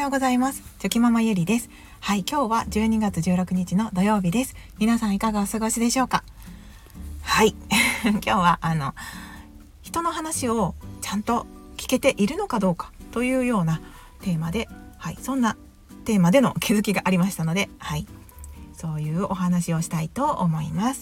ようございます。チョキママゆりです。はい、今日は12月16日の土曜日です。皆さんいかがお過ごしでしょうか。はい今日は人の話をちゃんと聞けているのかどうかというようなテーマで、はい、そんなテーマでの気づきがありましたので、はい、そういうお話をしたいと思います。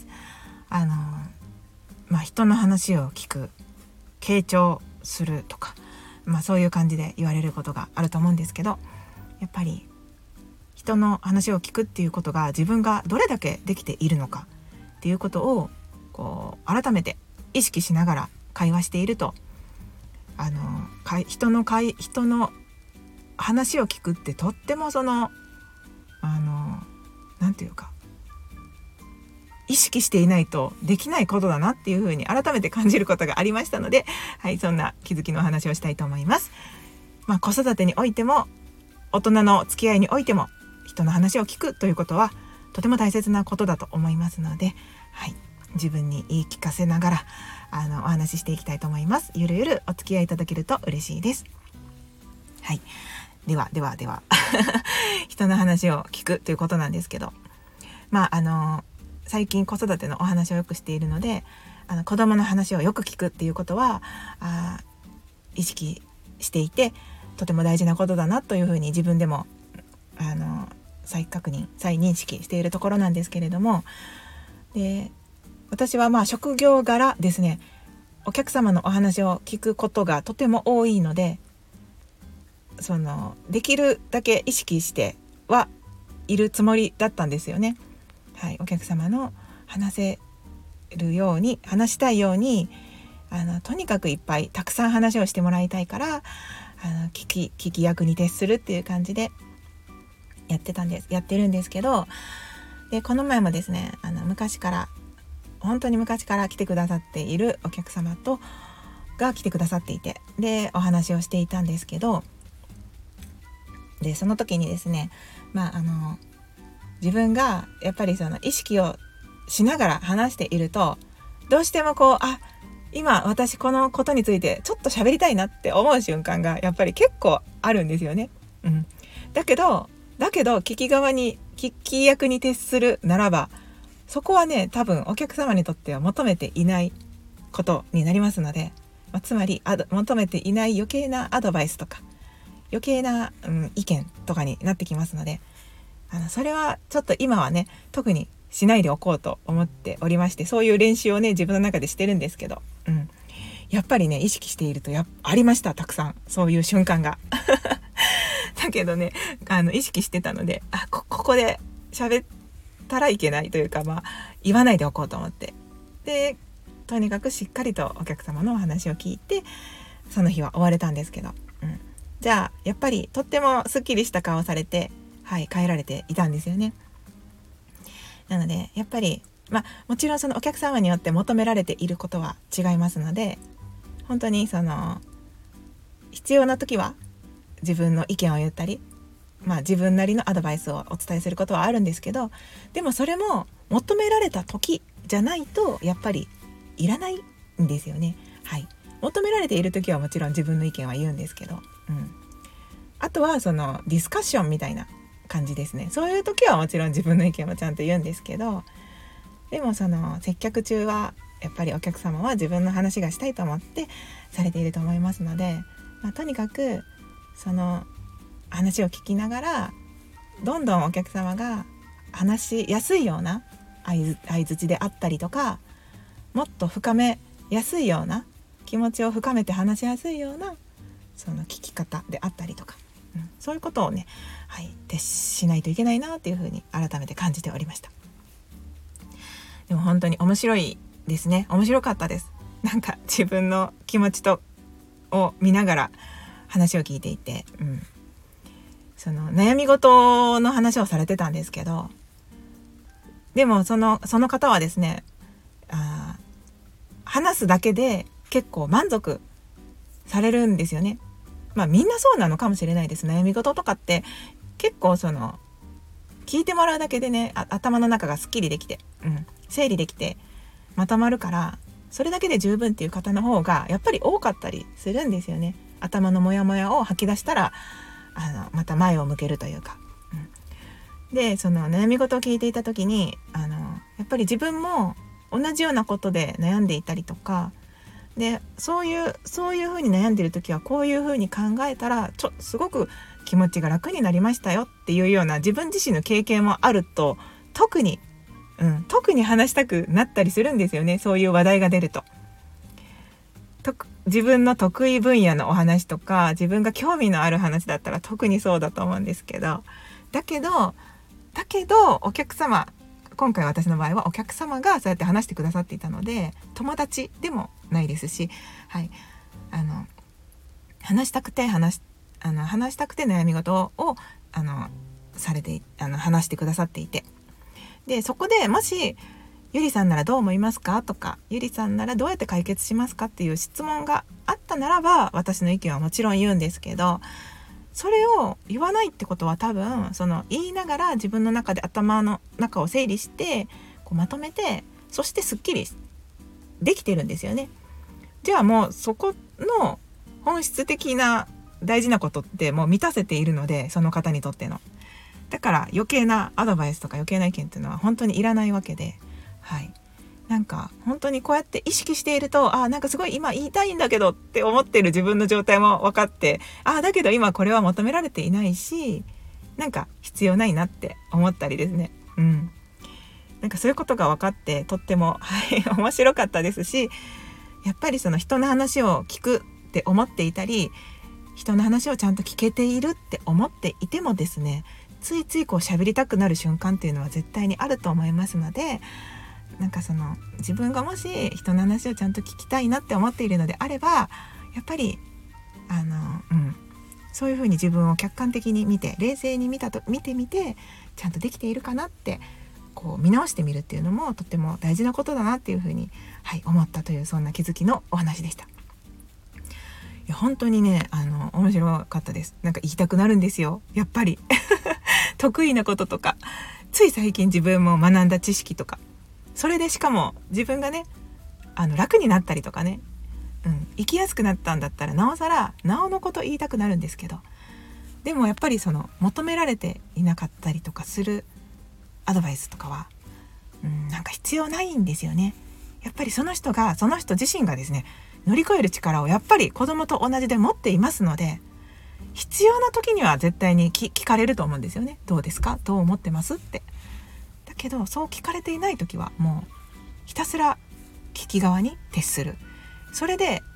人の話を聞く、傾聴するとか、そういう感じで言われることがあると思うんですけど、やっぱり人の話を聞くっていうことが自分がどれだけできているのかっていうことを改めて意識しながら会話していると、人の話を聞くってとってもなんていうか意識していないとできないことだなっていうふうに改めて感じることがありましたので、はい、そんな気づきの話をしたいと思います。子育てにおいても大人の付き合いにおいても人の話を聞くということはとても大切なことだと思いますので、はい、自分に言い聞かせながらお話ししていきたいと思います。ゆるゆるお付き合いいただけると嬉しいです。はい、では人の話を聞くということなんですけど、最近子育てのお話をよくしているので、子供の話をよく聞くっていうことは意識していて、とても大事なことだなというふうに自分でも再認識しているところなんですけれども、で私は職業柄ですね、お客様のお話を聞くことがとても多いので、できるだけ意識してはいるつもりだったんですよね。はい、お客様の話したいようにとにかくいっぱいたくさん話をしてもらいたいから聞き役に徹するっていう感じでやってるんですけど、でこの前もですね、本当に昔から来てくださっているお客様が来てくださっていて、でお話をしていたんですけど、でその時にですね、自分がやっぱり意識をしながら話していると、どうしても今私このことについてちょっと喋りたいなって思う瞬間がやっぱり結構あるんですよね。だけど聞き役に徹するならば、そこはね、多分お客様にとっては求めていないことになりますので、つまり求めていない余計なアドバイスとか余計な、意見とかになってきますので、それはちょっと今はね特にしないでおこうと思っておりまして、そういう練習をね自分の中でしてるんですけど、やっぱりね意識しているとありました。たくさんそういう瞬間がだけどね意識してたのでここで喋ったらいけないというか、言わないでおこうと思って、でとにかくしっかりとお客様のお話を聞いてその日は終われたんですけど、じゃあやっぱりとってもすっきりした顔をされて、帰られていたんですよね。なのでやっぱりもちろんそのお客様によって求められていることは違いますので、本当に必要な時は自分の意見を言ったり、自分なりのアドバイスをお伝えすることはあるんですけど、でもそれも求められた時じゃないとやっぱりいらないんですよね。求められている時はもちろん自分の意見は言うんですけど、あとはディスカッションみたいな感じですね。そういう時はもちろん自分の意見もちゃんと言うんですけど、でも接客中はやっぱりお客様は自分の話がしたいと思ってされていると思いますので、とにかくその話を聞きながらどんどんお客様が話しやすいような相槌であったりとか、もっと深めやすいような気持ちを深めて話しやすいような聞き方であったりとか、そういうことをね、徹しないといけないなっていうふうに改めて感じておりました。でも本当に面白いですね。面白かったです。自分の気持ちを見ながら話を聞いていて、悩み事の話をされてたんですけど、でもその方はですね、話すだけで結構満足されるんですよね。みんなそうなのかもしれないです。悩み事とかって結構聞いてもらうだけでね、頭の中がすっきりできて、整理できてまとまるから、それだけで十分っていう方の方がやっぱり多かったりするんですよね。頭のモヤモヤを吐き出したらまた前を向けるというか、でその悩み事を聞いていた時にやっぱり自分も同じようなことで悩んでいたりとかで、そういう風に悩んでる時はこういう風に考えたらすごく気持ちが楽になりましたよっていうような自分自身の経験もあると特に話したくなったりするんですよね。そういう話題が出ると自分の得意分野のお話とか自分が興味のある話だったら特にそうだと思うんですけど、だけどお客様、今回私の場合はお客様がそうやって話してくださっていたので友達でもないですし、話したくて悩み事を話してくださっていて、でそこでもしゆりさんならどう思いますかとか、ゆりさんならどうやって解決しますかっていう質問があったならば私の意見はもちろん言うんですけど、それを言わないってことは多分言いながら自分の中で頭の中を整理してまとめて、そしてすっきりできてるんですよね。じゃあもうそこの本質的な大事なことってもう満たせているので、その方にとってのだから余計なアドバイスとか余計な意見っていうのは本当にいらないわけで、なんか本当にこうやって意識しているとなんかすごい今言いたいんだけどって思ってる自分の状態も分かって、だけど今これは求められていないしなんか必要ないなって思ったりですね、なんかそういうことが分かってとっても、面白かったですし、やっぱり人の話を聞くって思っていたり人の話をちゃんと聞けているって思っていてもですね、ついつい喋りたくなる瞬間っていうのは絶対にあると思いますので、なんか自分がもし人の話をちゃんと聞きたいなって思っているのであれば、やっぱりそういうふうに自分を客観的に見て冷静に見てみてちゃんとできているかなって見直してみるっていうのもとっても大事なことだなっていうふうに、思ったというそんな気づきのお話でした。いや本当にね面白かったです。なんか言いたくなるんですよやっぱり得意なこととかつい最近自分も学んだ知識とか、それでしかも自分がね楽になったりとかね、生きやすくなったんだったらなおさらなおのこと言いたくなるんですけど、でもやっぱり求められていなかったりとかするアドバイスとかは、なんか必要ないんですよね。やっぱりその人自身がですね乗り越える力をやっぱり子供と同じで持っていますので、必要な時には絶対に聞かれると思うんですよね。どうですか？どう思ってますって。だけどそう聞かれていない時はもうひたすら聞き側に徹する。それで、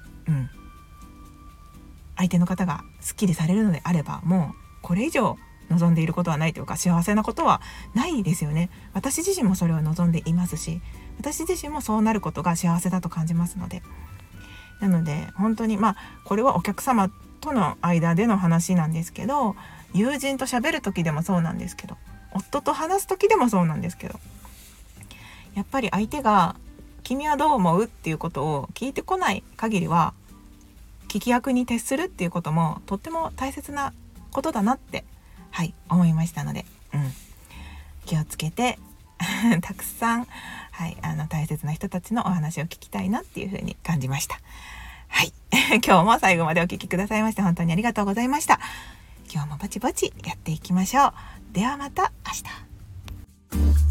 相手の方がすっきりされるのであれば、もうこれ以上望んでいることはないというか幸せなことはないですよね。私自身もそれを望んでいますし、私自身もそうなることが幸せだと感じますので、なので本当にこれはお客様との間での話なんですけど、友人と喋る時でもそうなんですけど、夫と話す時でもそうなんですけど、やっぱり相手が君はどう思うっていうことを聞いてこない限りは聞き役に徹するっていうこともとっても大切なことだなって思いましたので、気をつけてたくさん、大切な人たちのお話を聞きたいなっていうふうに感じました。今日も最後までお聞きくださいまして本当にありがとうございました。今日もぼちぼちやっていきましょう。ではまた明日。